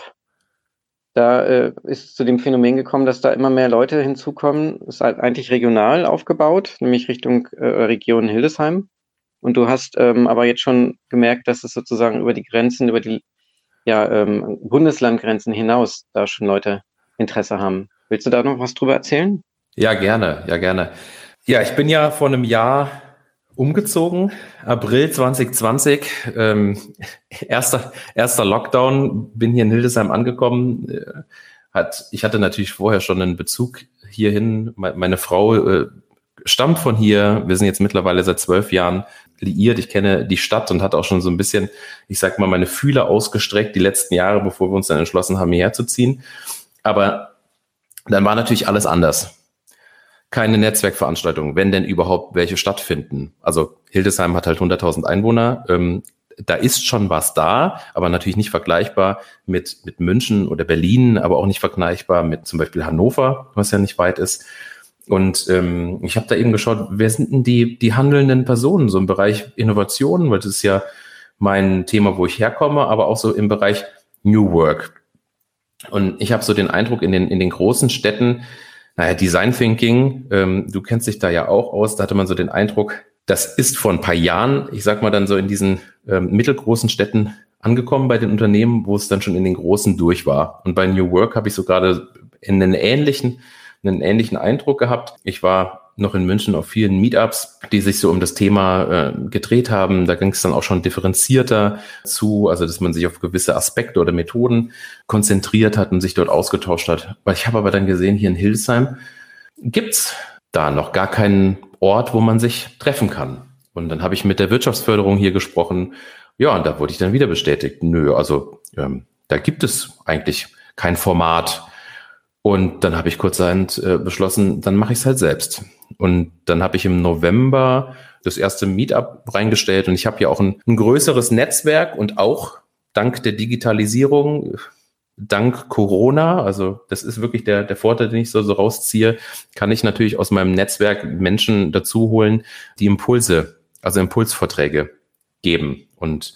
Da äh, ist zu dem Phänomen gekommen, dass da immer mehr Leute hinzukommen. Ist halt eigentlich regional aufgebaut, nämlich Richtung äh, Region Hildesheim. Und du hast ähm, aber jetzt schon gemerkt, dass es sozusagen über die Grenzen, über die ja, ähm, Bundeslandgrenzen hinaus da schon Leute Interesse haben. Willst du da noch was drüber erzählen? Ja, gerne, ja, gerne. Ja, ich bin ja vor einem Jahr umgezogen, April zwanzig zwanzig, ähm, erster, erster Lockdown, bin hier in Hildesheim angekommen. Äh, hat, ich hatte natürlich vorher schon einen Bezug hierhin. Meine Frau äh, stammt von hier. Wir sind jetzt mittlerweile seit zwölf Jahren liiert. Ich kenne die Stadt und hatte auch schon so ein bisschen, ich sag mal, meine Fühler ausgestreckt die letzten Jahre, bevor wir uns dann entschlossen haben, hierher zu ziehen. Aber dann war natürlich alles anders. keine Netzwerkveranstaltungen, wenn denn überhaupt welche stattfinden. Also Hildesheim hat halt hunderttausend Einwohner. Ähm, da ist schon was da, aber natürlich nicht vergleichbar mit, mit München oder Berlin, aber auch nicht vergleichbar mit zum Beispiel Hannover, was ja nicht weit ist. Und ähm, ich habe da eben geschaut, wer sind denn die, die handelnden Personen so im Bereich Innovation, weil das ist ja mein Thema, wo ich herkomme, aber auch so im Bereich New Work. Und ich habe so den Eindruck, in den, in den großen Städten, naja, Design Thinking, ähm, du kennst dich da ja auch aus, da hatte man so den Eindruck, das ist vor ein paar Jahren, ich sag mal dann so in diesen ähm, mittelgroßen Städten angekommen bei den Unternehmen, wo es dann schon in den großen durch war. Und bei New Work habe ich so gerade in einen ähnlichen, einen ähnlichen Eindruck gehabt. Ich war noch in München auf vielen Meetups, die sich so um das Thema äh, gedreht haben. Da ging es dann auch schon differenzierter zu, also dass man sich auf gewisse Aspekte oder Methoden konzentriert hat und sich dort ausgetauscht hat. Weil ich habe aber dann gesehen, hier in Hildesheim gibt's da noch gar keinen Ort, wo man sich treffen kann. Und dann habe ich mit der Wirtschaftsförderung hier gesprochen. Ja, und da wurde ich dann wieder bestätigt, nö, also ähm, da gibt es eigentlich kein Format. Und dann habe ich kurzerhand äh, beschlossen, dann mache ich es halt selbst. Und dann habe ich im November das erste Meetup reingestellt und ich habe ja auch ein, ein größeres Netzwerk und auch dank der Digitalisierung, dank Corona, also das ist wirklich der, der Vorteil, den ich so, so rausziehe, kann ich natürlich aus meinem Netzwerk Menschen dazu holen, die Impulse, also Impulsvorträge geben. Und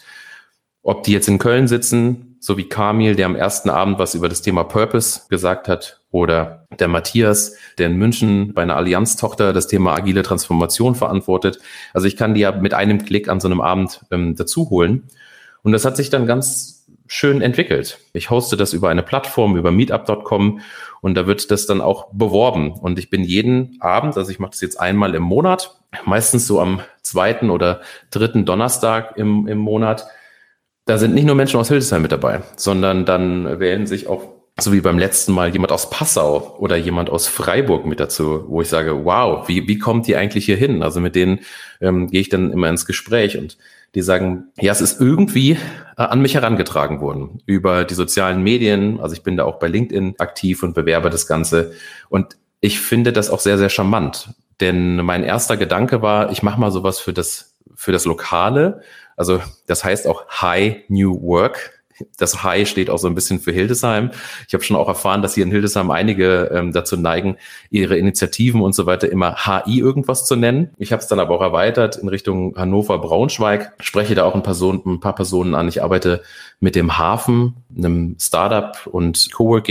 ob die jetzt in Köln sitzen, so wie Kamil, der am ersten Abend was über das Thema Purpose gesagt hat, oder der Matthias, der in München bei einer Allianz-Tochter das Thema agile Transformation verantwortet. Also ich kann die ja mit einem Klick an so einem Abend ähm, dazu holen. Und das hat sich dann ganz schön entwickelt. Ich hoste das über eine Plattform, über meetup Punkt com und da wird das dann auch beworben. Und ich bin jeden Abend, also ich mache das jetzt einmal im Monat, meistens so am zweiten oder dritten Donnerstag im, im Monat. Da sind nicht nur Menschen aus Hildesheim mit dabei, sondern dann wählen sich auch, so wie beim letzten Mal, jemand aus Passau oder jemand aus Freiburg mit dazu, wo ich sage, wow, wie, wie kommt die eigentlich hier hin? Also mit denen ähm, gehe ich dann immer ins Gespräch und die sagen, ja, es ist irgendwie äh, an mich herangetragen worden über die sozialen Medien. Also ich bin da auch bei LinkedIn aktiv und bewerbe das Ganze. Und ich finde das auch sehr, sehr charmant. Denn mein erster Gedanke war, ich mache mal sowas für das, für das Lokale. Also das heißt auch High New Work. Das High steht auch so ein bisschen für Hildesheim. Ich habe schon auch erfahren, dass hier in Hildesheim einige ähm, dazu neigen, ihre Initiativen und so weiter immer H I irgendwas zu nennen. Ich habe es dann aber auch erweitert in Richtung Hannover, Braunschweig. Spreche da auch ein, Person, ein paar Personen an. Ich arbeite mit dem Hafen, einem Startup und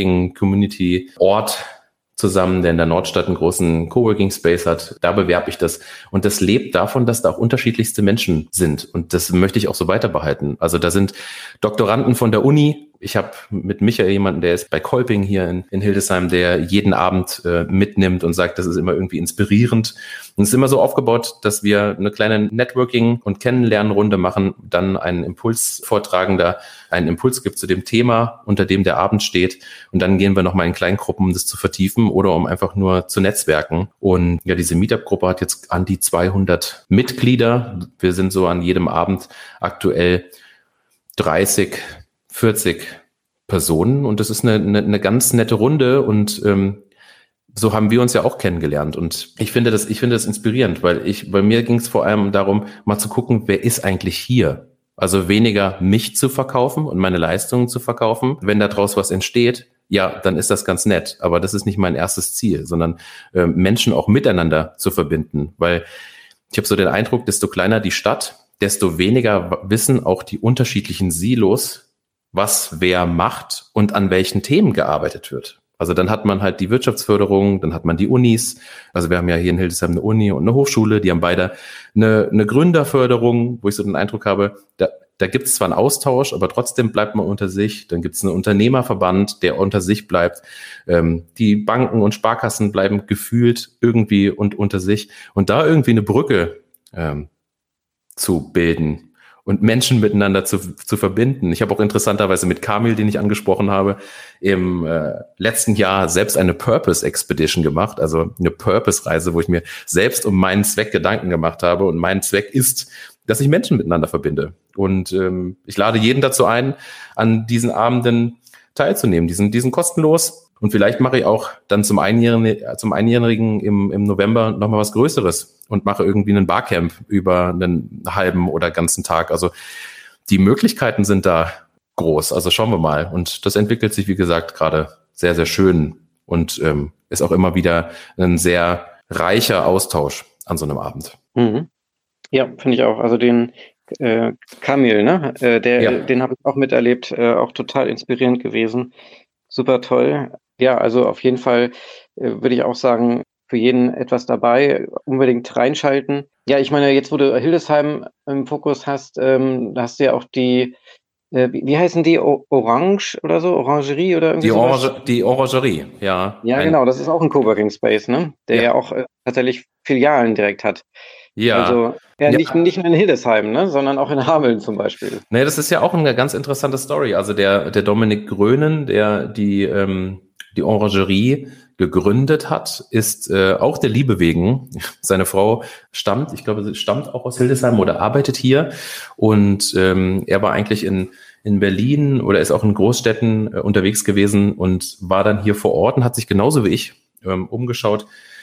Coworking-Community-Ort zusammen, der in der Nordstadt einen großen Coworking Space hat. Da bewerbe ich das. Und das lebt davon, dass da auch unterschiedlichste Menschen sind. Und das möchte ich auch so weiter behalten. Also da sind Doktoranden von der Uni. Ich habe mit Michael jemanden, der ist bei Kolping hier in, in Hildesheim, der jeden Abend äh, mitnimmt und sagt, das ist immer irgendwie inspirierend. Und es ist immer so aufgebaut, dass wir eine kleine Networking- und Kennenlernrunde machen, dann einen Impulsvortragender einen Impuls gibt zu dem Thema, unter dem der Abend steht. Und dann gehen wir nochmal in Kleingruppen, um das zu vertiefen oder um einfach nur zu netzwerken. Und ja, diese Meetup-Gruppe hat jetzt an die zweihundert Mitglieder. Wir sind so an jedem Abend aktuell dreißig, vierzig Personen und das ist eine, eine, eine ganz nette Runde und ähm, so haben wir uns ja auch kennengelernt und ich finde das, ich finde das inspirierend, weil ich, bei mir ging es vor allem darum, mal zu gucken, wer ist eigentlich hier? Also weniger mich zu verkaufen und meine Leistungen zu verkaufen. Wenn da draus was entsteht, ja, dann ist das ganz nett, aber das ist nicht mein erstes Ziel, sondern äh, Menschen auch miteinander zu verbinden, weil ich habe so den Eindruck, desto kleiner die Stadt, desto weniger wissen auch die unterschiedlichen Silos, was wer macht und an welchen Themen gearbeitet wird. Also dann hat man halt die Wirtschaftsförderung, dann hat man die Unis. Also wir haben ja hier in Hildesheim eine Uni und eine Hochschule, die haben beide eine, eine Gründerförderung, wo ich so den Eindruck habe, da, da gibt es zwar einen Austausch, aber trotzdem bleibt man unter sich. Dann gibt es einen Unternehmerverband, der unter sich bleibt. Ähm, die Banken und Sparkassen bleiben gefühlt irgendwie und unter sich. Und da irgendwie eine Brücke ähm, zu bilden und Menschen miteinander zu, zu verbinden. Ich habe auch interessanterweise mit Kamil, den ich angesprochen habe, im äh, letzten Jahr selbst eine Purpose Expedition gemacht, also eine Purpose-Reise, wo ich mir selbst um meinen Zweck Gedanken gemacht habe. Und mein Zweck ist, dass ich Menschen miteinander verbinde. Und ähm, ich lade jeden dazu ein, an diesen Abenden teilzunehmen. Die sind, die sind kostenlos Und vielleicht mache ich auch dann zum Einjährigen, zum Einjährigen im, im November nochmal was Größeres und mache irgendwie einen Barcamp über einen halben oder ganzen Tag. Also die Möglichkeiten sind da groß. Also schauen wir mal. Und das entwickelt sich, wie gesagt, gerade sehr, sehr schön und ähm, ist auch immer wieder ein sehr reicher Austausch an so einem Abend. Mhm. Ja, finde ich auch. Also den äh, Kamil, ne? Äh, der, ja. Den habe ich auch miterlebt, äh, auch total inspirierend gewesen. Super toll. Ja, also auf jeden Fall äh, würde ich auch sagen, für jeden etwas dabei, unbedingt reinschalten. Ja, ich meine, jetzt wo du Hildesheim im Fokus hast, ähm, da hast du ja auch die, äh, wie, wie heißen die, o- Orange oder so, Orangerie oder irgendwie die sowas? Orange, die Orangerie, ja. Ja, ein, genau, das ist auch ein Coworking Space, ne? Der ja, ja auch äh, tatsächlich Filialen direkt hat. Ja. Also ja, ja. Nicht, nicht nur in Hildesheim, ne, sondern auch in Hameln zum Beispiel. Nee, das ist ja auch eine ganz interessante Story. Also der, der Dominik Grönen, der die, ähm, die Orangerie gegründet hat, ist äh, auch der Liebe wegen. Seine Frau stammt, ich glaube, sie stammt auch aus Hildesheim oder arbeitet hier. Und ähm, er war eigentlich in, in Berlin oder ist auch in Großstädten äh, unterwegs gewesen und war dann hier vor Ort und hat sich genauso wie ich ähm, umgeschaut.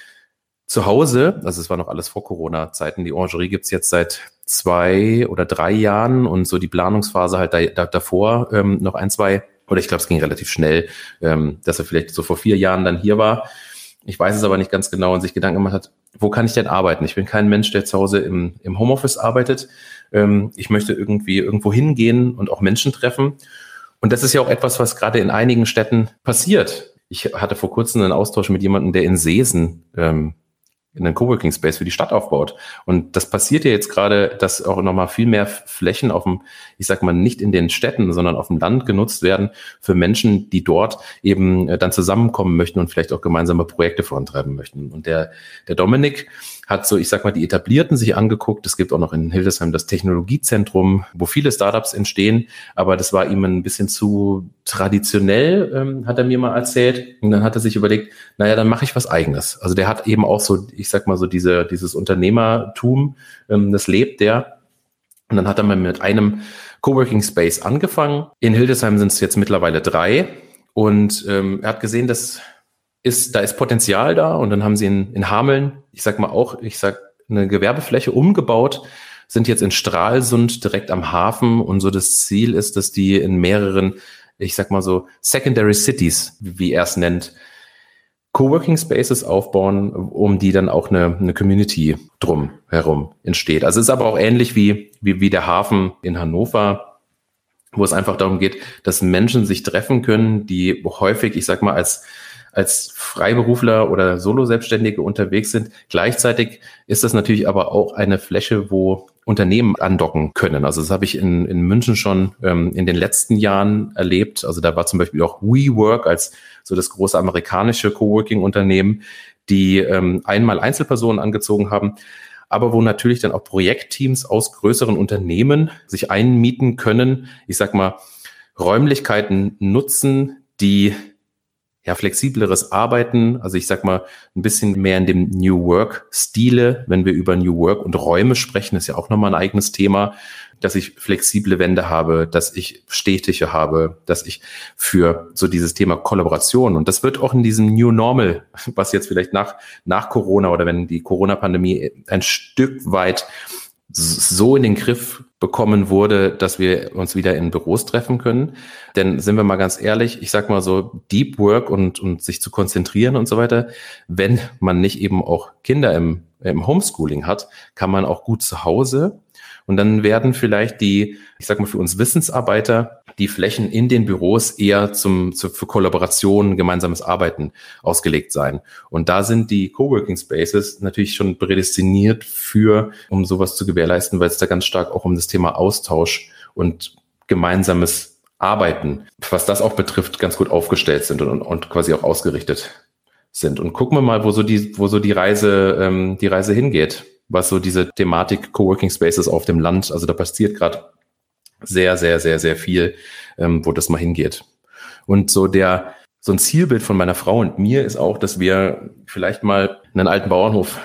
Zu Hause, also es war noch alles vor Corona-Zeiten, die Orangerie gibt's jetzt seit zwei oder drei Jahren und so die Planungsphase halt da, da, davor ähm, noch ein, zwei, oder ich glaube, es ging relativ schnell, ähm, dass er vielleicht so vor vier Jahren dann hier war. Ich weiß es aber nicht ganz genau und sich Gedanken gemacht hat, wo kann ich denn arbeiten? Ich bin kein Mensch, der zu Hause im, im Homeoffice arbeitet. Ähm, ich möchte irgendwie irgendwo hingehen und auch Menschen treffen. Und das ist ja auch etwas, was gerade in einigen Städten passiert. Ich hatte vor kurzem einen Austausch mit jemandem, der in Seesen ähm, in einen Coworking Space für die Stadt aufbaut. Und das passiert ja jetzt gerade, dass auch nochmal viel mehr Flächen auf dem, ich sag mal, nicht in den Städten, sondern auf dem Land genutzt werden für Menschen, die dort eben dann zusammenkommen möchten und vielleicht auch gemeinsame Projekte vorantreiben möchten. Und der, der Dominik hat so, ich sag mal, die Etablierten sich angeguckt. Es gibt auch noch in Hildesheim das Technologiezentrum, wo viele Startups entstehen. Aber das war ihm ein bisschen zu traditionell, ähm, hat er mir mal erzählt. Und dann hat er sich überlegt, naja, dann mache ich was Eigenes. Also der hat eben auch so, ich sag mal so diese, dieses Unternehmertum, ähm, das lebt der. Und dann hat er mal mit einem Coworking Space angefangen. In Hildesheim sind es jetzt mittlerweile drei. Und ähm, er hat gesehen, dass ist, da ist Potenzial da und dann haben sie in, in Hameln, ich sag mal auch, ich sag eine Gewerbefläche umgebaut, sind jetzt in Stralsund direkt am Hafen und so das Ziel ist, dass die in mehreren, ich sag mal so Secondary Cities, wie er es nennt, Coworking Spaces aufbauen, um die dann auch eine, eine Community drum herum entsteht. Also es ist aber auch ähnlich wie, wie, wie der Hafen in Hannover, wo es einfach darum geht, dass Menschen sich treffen können, die häufig, ich sag mal, als als Freiberufler oder Solo-Selbstständige unterwegs sind. Gleichzeitig ist das natürlich aber auch eine Fläche, wo Unternehmen andocken können. Also das habe ich in, in München schon ähm, in den letzten Jahren erlebt. Also da war zum Beispiel auch WeWork als so das große amerikanische Coworking-Unternehmen, die ähm, einmal Einzelpersonen angezogen haben, aber wo natürlich dann auch Projektteams aus größeren Unternehmen sich einmieten können. Ich sag mal, Räumlichkeiten nutzen, die ja, flexibleres Arbeiten, also ich sag mal ein bisschen mehr in dem New Work-Stile, wenn wir über New Work und Räume sprechen, ist ja auch nochmal ein eigenes Thema, dass ich flexible Wände habe, dass ich Stehtische habe, dass ich für so dieses Thema Kollaboration, und das wird auch in diesem New Normal, was jetzt vielleicht nach, nach Corona oder wenn die Corona-Pandemie ein Stück weit so in den Griff bekommen wurde, dass wir uns wieder in Büros treffen können. Denn sind wir mal ganz ehrlich, ich sag mal so Deep Work und, und sich zu konzentrieren und so weiter, wenn man nicht eben auch Kinder im, im Homeschooling hat, kann man auch gut zu Hause. Und dann werden vielleicht die, ich sag mal für uns Wissensarbeiter, die Flächen in den Büros eher zum, zu, für Kollaboration, gemeinsames Arbeiten ausgelegt sein. Und da sind die Coworking Spaces natürlich schon prädestiniert für, um sowas zu gewährleisten, weil es da ganz stark auch um das Thema Austausch und gemeinsames Arbeiten, was das auch betrifft, ganz gut aufgestellt sind und, und quasi auch ausgerichtet sind. Und gucken wir mal, wo so die, wo so die Reise, ähm, die Reise hingeht, was so diese Thematik Coworking Spaces auf dem Land, also da passiert gerade sehr, sehr, sehr, sehr viel, ähm, wo das mal hingeht. Und so der, so ein Zielbild von meiner Frau und mir ist auch, dass wir vielleicht mal einen alten Bauernhof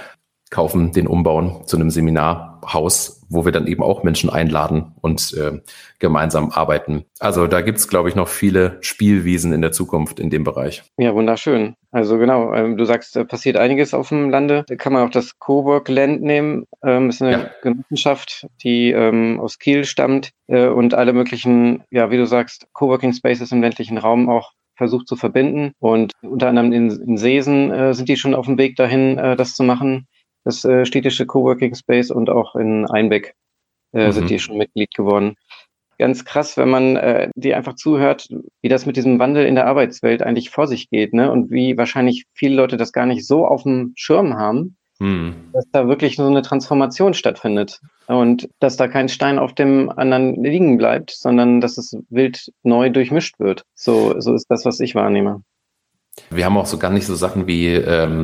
kaufen den umbauen zu einem Seminarhaus, wo wir dann eben auch Menschen einladen und äh, gemeinsam arbeiten. Also da gibt's, glaube ich, noch viele Spielwiesen in der Zukunft in dem Bereich. Ja, wunderschön. Also genau, ähm, du sagst, da passiert einiges auf dem Lande. Da kann man auch das Cowork Land nehmen. Ähm, ist eine ja. Genossenschaft, die ähm, aus Kiel stammt äh, und alle möglichen, ja, wie du sagst, Coworking Spaces im ländlichen Raum auch versucht zu verbinden. Und unter anderem in, in Seesen äh, sind die schon auf dem Weg dahin, äh, das zu machen. Das äh, städtische Coworking Space, und auch in Einbeck äh, mhm. sind die schon Mitglied geworden. Ganz krass, wenn man äh, die einfach zuhört, wie das mit diesem Wandel in der Arbeitswelt eigentlich vor sich geht, ne? Und wie wahrscheinlich viele Leute das gar nicht so auf dem Schirm haben, mhm. dass da wirklich so eine Transformation stattfindet und dass da kein Stein auf dem anderen liegen bleibt, sondern dass es wild neu durchmischt wird. So, so ist das, was ich wahrnehme. Wir haben auch so gar nicht so Sachen wie ähm,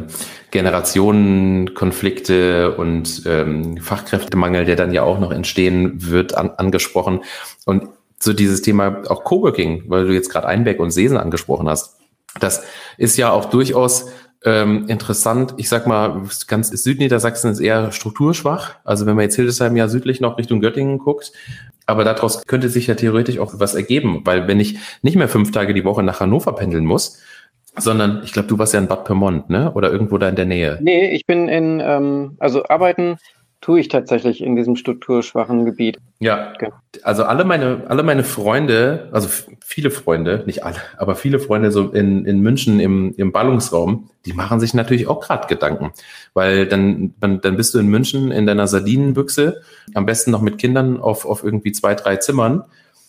Generationenkonflikte und ähm, Fachkräftemangel, der dann ja auch noch entstehen wird, an, angesprochen. Und so dieses Thema auch Coworking, weil du jetzt gerade Einbeck und Seesen angesprochen hast, das ist ja auch durchaus ähm, interessant. Ich sag mal, ganz Südniedersachsen ist eher strukturschwach. Also wenn man jetzt Hildesheim ja südlich noch Richtung Göttingen guckt, aber daraus könnte sich ja theoretisch auch was ergeben, weil wenn ich nicht mehr fünf Tage die Woche nach Hannover pendeln muss, sondern ich glaube, du warst ja in Bad Pyrmont, ne? Oder irgendwo da in der Nähe. Nee, ich bin in, ähm, also arbeiten tue ich tatsächlich in diesem strukturschwachen Gebiet. Ja, okay. Also alle meine, alle meine Freunde, also viele Freunde, nicht alle, aber viele Freunde so in, in München im, im Ballungsraum, die machen sich natürlich auch gerade Gedanken. Weil dann, dann, dann bist du in München in deiner Sardinenbüchse, am besten noch mit Kindern auf, auf irgendwie zwei, drei Zimmern.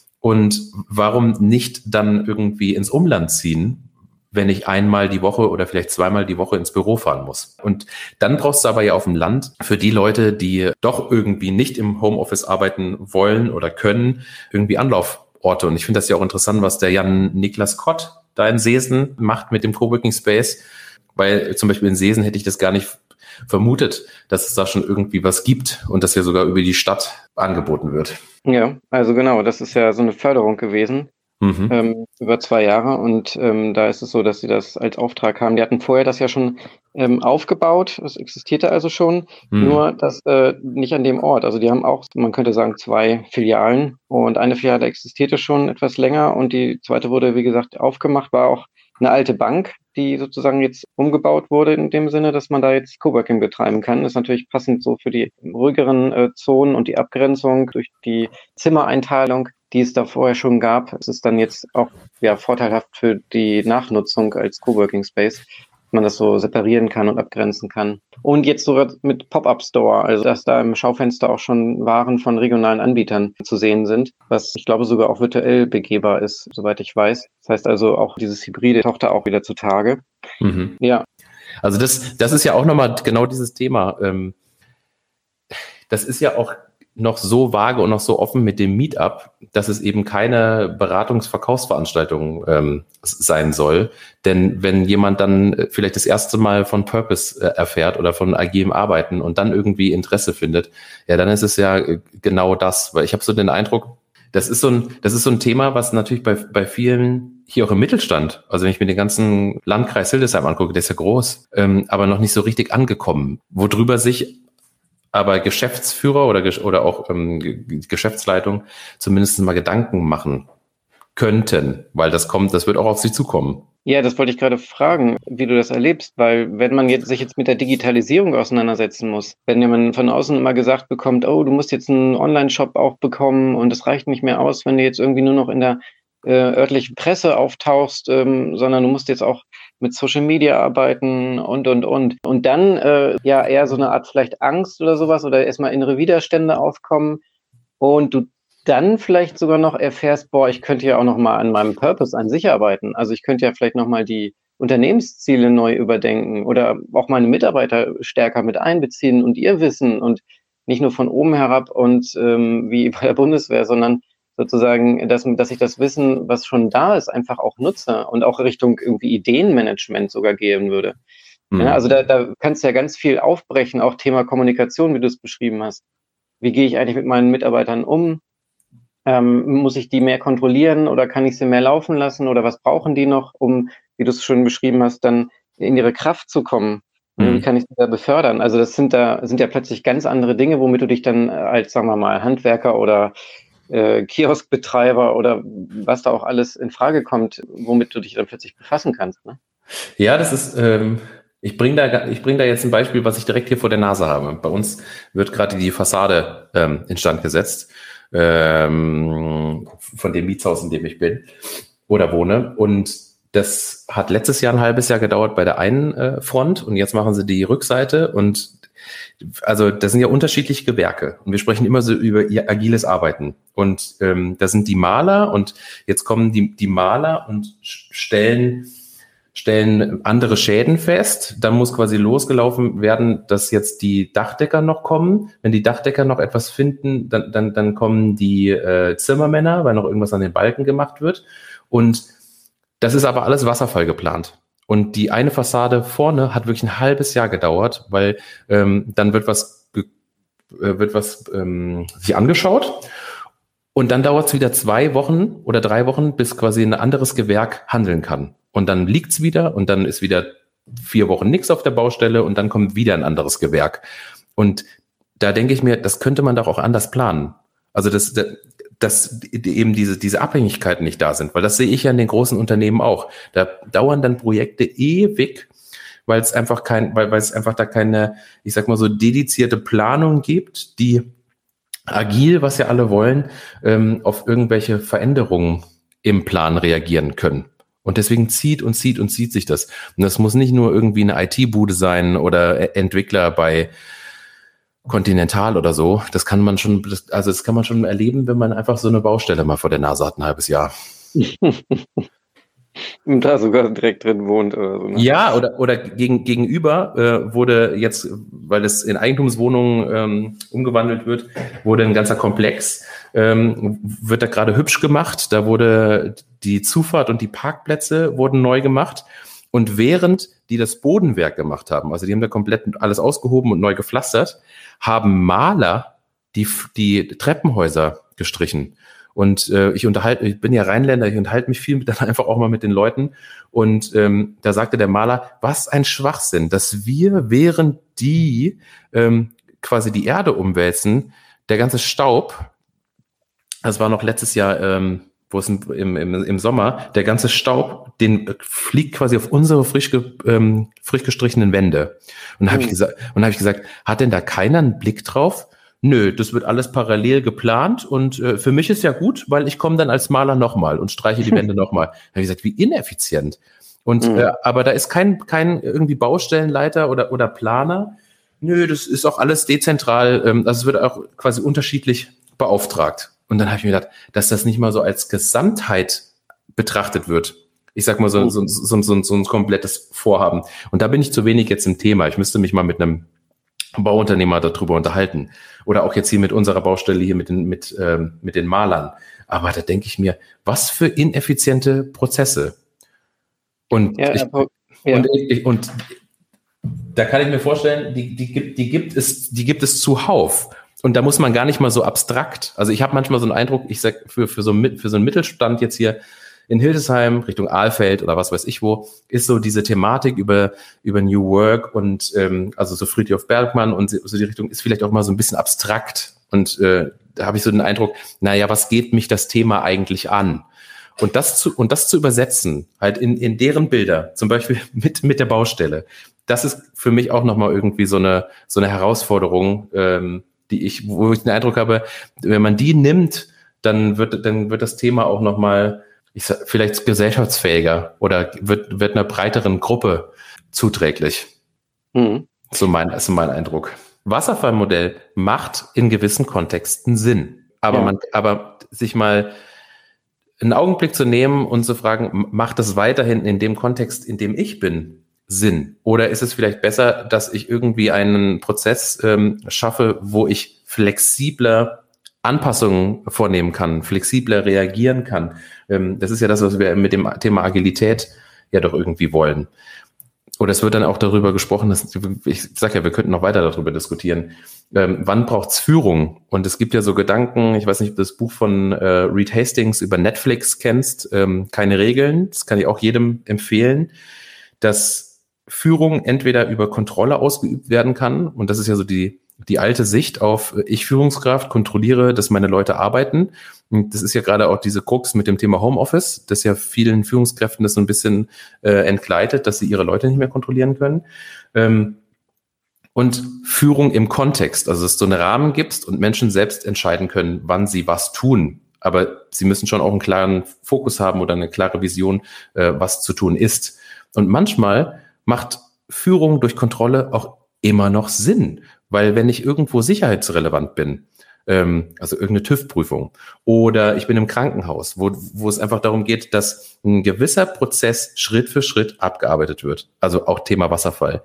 Und warum nicht dann irgendwie ins Umland ziehen, wenn ich einmal die Woche oder vielleicht zweimal die Woche ins Büro fahren muss. Und dann brauchst du aber ja auf dem Land für die Leute, die doch irgendwie nicht im Homeoffice arbeiten wollen oder können, irgendwie Anlauforte. Und ich finde das ja auch interessant, was der Jan Niklas Kott da in Seesen macht mit dem Coworking Space, weil zum Beispiel in Seesen hätte ich das gar nicht vermutet, dass es da schon irgendwie was gibt und das ja sogar über die Stadt angeboten wird. Ja, also genau, das ist ja so eine Förderung gewesen. Mhm. Ähm, über zwei Jahre, und ähm, da ist es so, dass sie das als Auftrag haben. Die hatten vorher das ja schon ähm, aufgebaut, es existierte also schon, mhm. nur das äh, nicht an dem Ort. Also die haben auch, man könnte sagen, zwei Filialen, und eine Filiale existierte schon etwas länger und die zweite wurde, wie gesagt, aufgemacht, war auch eine alte Bank, die sozusagen jetzt umgebaut wurde in dem Sinne, dass man da jetzt Coworking betreiben kann. Das ist natürlich passend so für die ruhigeren äh, Zonen und die Abgrenzung durch die Zimmereinteilung, die es da vorher schon gab. Es ist dann jetzt auch ja vorteilhaft für die Nachnutzung als Coworking Space, dass man das so separieren kann und abgrenzen kann. Und jetzt sogar mit Pop-Up-Store, also dass da im Schaufenster auch schon Waren von regionalen Anbietern zu sehen sind, was ich glaube sogar auch virtuell begehbar ist, soweit ich weiß. Das heißt also auch dieses Hybride taucht da auch wieder zutage. Mhm. Ja. Also das, das ist ja auch nochmal genau dieses Thema. Das ist ja auch noch so vage und noch so offen mit dem Meetup, dass es eben keine Beratungs-Verkaufsveranstaltung ähm, sein soll. Denn wenn jemand dann vielleicht das erste Mal von Purpose äh, erfährt oder von agilem Arbeiten und dann irgendwie Interesse findet, ja, dann ist es ja genau das. Weil ich habe so den Eindruck, das ist so ein, das ist so ein Thema, was natürlich bei, bei vielen hier auch im Mittelstand, also wenn ich mir den ganzen Landkreis Hildesheim angucke, der ist ja groß, ähm, aber noch nicht so richtig angekommen, worüber sich aber Geschäftsführer oder, oder auch ähm, Geschäftsleitung zumindest mal Gedanken machen könnten, weil das kommt, das wird auch auf sie zukommen. Ja, das wollte ich gerade fragen, wie du das erlebst, weil wenn man jetzt sich jetzt mit der Digitalisierung auseinandersetzen muss, wenn jemand von außen immer gesagt bekommt, oh, du musst jetzt einen Online-Shop auch bekommen und es reicht nicht mehr aus, wenn du jetzt irgendwie nur noch in der äh, örtlichen Presse auftauchst, ähm, sondern du musst jetzt auch mit Social Media arbeiten und, und, und. Und dann äh, ja eher so eine Art vielleicht Angst oder sowas oder erstmal innere Widerstände aufkommen und du dann vielleicht sogar noch erfährst, boah, ich könnte ja auch noch mal an meinem Purpose an sich arbeiten. Also ich könnte ja vielleicht noch mal die Unternehmensziele neu überdenken oder auch meine Mitarbeiter stärker mit einbeziehen und ihr Wissen und nicht nur von oben herab und ähm, wie bei der Bundeswehr, sondern sozusagen, dass, dass ich das Wissen, was schon da ist, einfach auch nutze und auch Richtung irgendwie Ideenmanagement sogar gehen würde. Mhm. Ja, also da, da kannst du ja ganz viel aufbrechen, auch Thema Kommunikation, wie du es beschrieben hast. Wie gehe ich eigentlich mit meinen Mitarbeitern um? Ähm, muss ich die mehr kontrollieren oder kann ich sie mehr laufen lassen oder was brauchen die noch, um, wie du es schon beschrieben hast, dann in ihre Kraft zu kommen? Wie mhm. kann ich das da befördern? Also das sind da sind ja plötzlich ganz andere Dinge, womit du dich dann als, sagen wir mal, Handwerker oder äh, Kioskbetreiber oder was da auch alles in Frage kommt, womit du dich dann plötzlich befassen kannst, ne? Ja, das ist, ähm, ich bringe da, ich bring da jetzt ein Beispiel, was ich direkt hier vor der Nase habe. Bei uns wird gerade die Fassade ähm, instand gesetzt, ähm, von dem Mietshaus, in dem ich bin oder wohne. Und das hat letztes Jahr ein halbes Jahr gedauert bei der einen äh, Front und jetzt machen sie die Rückseite und also das sind ja unterschiedliche Gewerke und wir sprechen immer so über agiles Arbeiten und ähm, da sind die Maler und jetzt kommen die, die Maler und stellen stellen andere Schäden fest. Dann muss quasi losgelaufen werden, dass jetzt die Dachdecker noch kommen. Wenn die Dachdecker noch etwas finden, dann, dann, dann kommen die äh, Zimmermänner, weil noch irgendwas an den Balken gemacht wird. Und das ist aber alles Wasserfall geplant. Und die eine Fassade vorne hat wirklich ein halbes Jahr gedauert, weil ähm, dann wird was, äh, wird was ähm, sich angeschaut. Und dann dauert es wieder zwei Wochen oder drei Wochen, bis quasi ein anderes Gewerk handeln kann. Und dann liegt's wieder und dann ist wieder vier Wochen nichts auf der Baustelle und dann kommt wieder ein anderes Gewerk. Und da denke ich mir, das könnte man doch auch anders planen. Also dass, dass eben diese, diese Abhängigkeiten nicht da sind, weil das sehe ich ja in den großen Unternehmen auch. Da dauern dann Projekte ewig, weil es einfach kein, weil, weil es einfach da keine, ich sag mal so, dedizierte Planung gibt, die agil, was ja alle wollen, ähm, auf irgendwelche Veränderungen im Plan reagieren können. Und deswegen zieht und zieht und zieht sich das. Und das muss nicht nur irgendwie eine I T-Bude sein oder Entwickler bei Continental oder so. Das kann man schon, also das kann man schon erleben, wenn man einfach so eine Baustelle mal vor der Nase hat, ein halbes Jahr. Und da sogar direkt drin wohnt oder so. Ne? Ja, oder, oder gegen, gegenüber äh, wurde jetzt, weil es in Eigentumswohnungen ähm, umgewandelt wird, wurde ein ganzer Komplex, ähm, wird da gerade hübsch gemacht. Da wurde die Zufahrt und die Parkplätze wurden neu gemacht. Und während die das Bodenwerk gemacht haben, also die haben da komplett alles ausgehoben und neu gepflastert, haben Maler die, die Treppenhäuser gestrichen. Und äh, ich unterhalte, ich bin ja Rheinländer, ich unterhalte mich viel dann einfach auch mal mit den Leuten. Und ähm, da sagte der Maler, was ein Schwachsinn, dass wir, während die ähm, quasi die Erde umwälzen, der ganze Staub, das war noch letztes Jahr, ähm, wo es im, im, im Sommer, der ganze Staub, den fliegt quasi auf unsere frisch, ge, ähm, frisch gestrichenen Wände. Und da habe ich gesagt, und habe ich gesagt, hat denn da keiner einen Blick drauf? Nö, das wird alles parallel geplant und äh, für mich ist ja gut, weil ich komme dann als Maler nochmal und streiche die Wände nochmal. Da habe ich gesagt, wie ineffizient. Und mhm. äh, aber da ist kein kein irgendwie Baustellenleiter oder oder Planer. Nö, das ist auch alles dezentral. Ähm, also es wird auch quasi unterschiedlich beauftragt. Und dann habe ich mir gedacht, dass das nicht mal so als Gesamtheit betrachtet wird. Ich sag mal so, so, so, so, so ein komplettes Vorhaben. Und da bin ich zu wenig jetzt im Thema. Ich müsste mich mal mit einem Bauunternehmer darüber unterhalten. Oder auch jetzt hier mit unserer Baustelle hier mit den, mit, ähm, mit den Malern. Aber da denke ich mir, was für ineffiziente Prozesse. Und, ja, ich, aber, ja. und, ich, und da kann ich mir vorstellen, die, die, gibt, die, gibt es, die gibt es zuhauf. Und da muss man gar nicht mal so abstrakt. Also ich habe manchmal so einen Eindruck, ich sag für, für, so, für so einen Mittelstand jetzt hier in Hildesheim, Richtung Ahlfeld oder was weiß ich wo, ist so diese Thematik über, über New Work und ähm, also so Friedrich Bergmann und so die Richtung ist vielleicht auch mal so ein bisschen abstrakt. Und äh, da habe ich so den Eindruck, naja, was geht mich das Thema eigentlich an? Und das zu, und das zu übersetzen, halt in, in deren Bilder, zum Beispiel mit, mit der Baustelle, das ist für mich auch nochmal irgendwie so eine, so eine Herausforderung, ähm, die ich, wo ich den Eindruck habe, wenn man die nimmt, dann wird, dann wird das Thema auch nochmal, ich sag, vielleicht gesellschaftsfähiger oder wird, wird einer breiteren Gruppe zuträglich. Mhm. So mein, so mein Eindruck. Wasserfallmodell macht in gewissen Kontexten Sinn. Aber ja. man, aber sich mal einen Augenblick zu nehmen und zu fragen, macht das weiterhin in dem Kontext, in dem ich bin, Sinn? Oder ist es vielleicht besser, dass ich irgendwie einen Prozess ähm, schaffe, wo ich flexibler Anpassungen vornehmen kann, flexibler reagieren kann? Ähm, das ist ja das, was wir mit dem Thema Agilität ja doch irgendwie wollen. Oder es wird dann auch darüber gesprochen, dass, ich sage ja, wir könnten noch weiter darüber diskutieren, ähm, wann braucht es Führung? Und es gibt ja so Gedanken, ich weiß nicht, ob du das Buch von äh, Reed Hastings über Netflix kennst, ähm, keine Regeln, das kann ich auch jedem empfehlen, dass Führung entweder über Kontrolle ausgeübt werden kann, und das ist ja so die, die alte Sicht auf ich Führungskraft, kontrolliere, dass meine Leute arbeiten. Und das ist ja gerade auch diese Krux mit dem Thema Homeoffice, das ja vielen Führungskräften das so ein bisschen äh, entgleitet, dass sie ihre Leute nicht mehr kontrollieren können. Ähm, und Führung im Kontext, also dass du einen Rahmen gibst und Menschen selbst entscheiden können, wann sie was tun. Aber sie müssen schon auch einen klaren Fokus haben oder eine klare Vision, äh, was zu tun ist. Und manchmal macht Führung durch Kontrolle auch immer noch Sinn, weil wenn ich irgendwo sicherheitsrelevant bin, ähm, also irgendeine TÜV-Prüfung oder ich bin im Krankenhaus, wo, wo es einfach darum geht, dass ein gewisser Prozess Schritt für Schritt abgearbeitet wird, also auch Thema Wasserfall,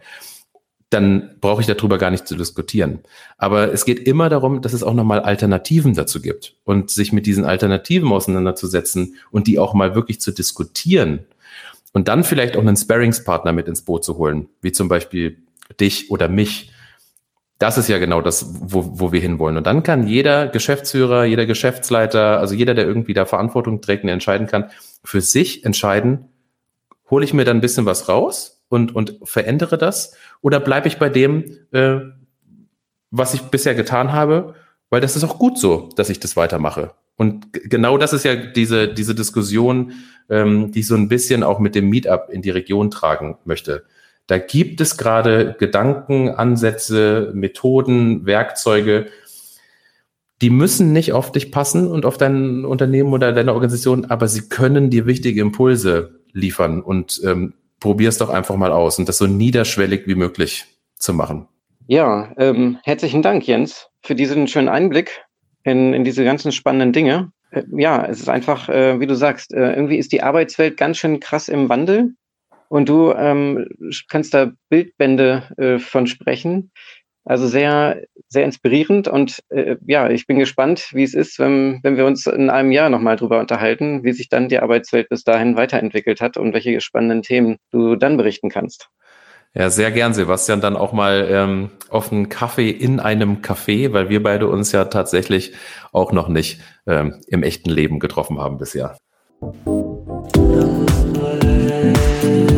dann brauche ich darüber gar nicht zu diskutieren. Aber es geht immer darum, dass es auch nochmal Alternativen dazu gibt und sich mit diesen Alternativen auseinanderzusetzen und die auch mal wirklich zu diskutieren und dann vielleicht auch einen Sparringspartner mit ins Boot zu holen, wie zum Beispiel dich oder mich. Das ist ja genau das, wo, wo wir hinwollen. Und dann kann jeder Geschäftsführer, jeder Geschäftsleiter, also jeder, der irgendwie da Verantwortung trägt und entscheiden kann, für sich entscheiden, hole ich mir dann ein bisschen was raus und, und verändere das oder bleibe ich bei dem, äh, was ich bisher getan habe, weil das ist auch gut so, dass ich das weitermache. Und g- genau das ist ja diese, diese Diskussion, ähm, die ich so ein bisschen auch mit dem Meetup in die Region tragen möchte. Da gibt es gerade Gedanken, Ansätze, Methoden, Werkzeuge, die müssen nicht auf dich passen und auf dein Unternehmen oder deine Organisation, aber sie können dir wichtige Impulse liefern und ähm, probier es doch einfach mal aus und das so niederschwellig wie möglich zu machen. Ja, ähm, herzlichen Dank, Jens, für diesen schönen Einblick in, in diese ganzen spannenden Dinge. Äh, ja, es ist einfach, äh, wie du sagst, äh, irgendwie ist die Arbeitswelt ganz schön krass im Wandel und du ähm, kannst da Bildbände äh, von sprechen. Also sehr, sehr inspirierend und äh, ja, ich bin gespannt, wie es ist, wenn, wenn wir uns in einem Jahr nochmal drüber unterhalten, wie sich dann die Arbeitswelt bis dahin weiterentwickelt hat und welche spannenden Themen du dann berichten kannst. Ja, sehr gern, Sebastian, dann auch mal ähm, auf einen Kaffee in einem Café, weil wir beide uns ja tatsächlich auch noch nicht ähm, im echten Leben getroffen haben bisher.